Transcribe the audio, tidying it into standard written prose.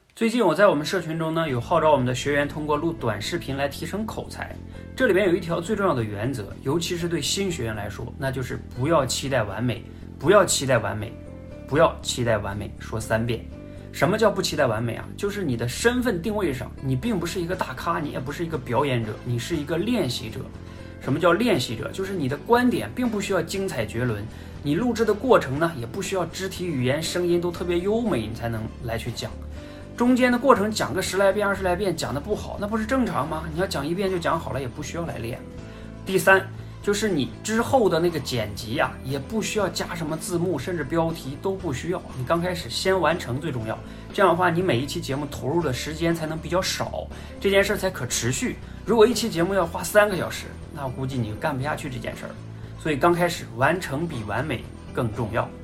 最近我在我们社群中呢，有号召我们的学员通过录短视频来提升口才。这里边有一条最重要的原则，尤其是对新学员来说，那就是不要期待完美，不要期待完美，不要期待完美，说3遍。什么叫不期待完美啊？就是你的身份定位上，你并不是一个大咖，你也不是一个表演者，你是一个练习者。什么叫练习者？就是你的观点并不需要精彩绝伦，你录制的过程呢，也不需要肢体语言、声音都特别优美，你才能来去讲。中间的过程讲个10来遍、20来遍，讲的不好，那不是正常吗？你要讲1遍就讲好了，也不需要来练。第3，就是你之后的那个剪辑啊，也不需要加什么字幕，甚至标题都不需要。你刚开始先完成最重要，这样的话，你每一期节目投入的时间才能比较少，这件事才可持续。如果一期节目要花3个小时，那我估计你就干不下去这件事儿。所以刚开始完成比完美更重要。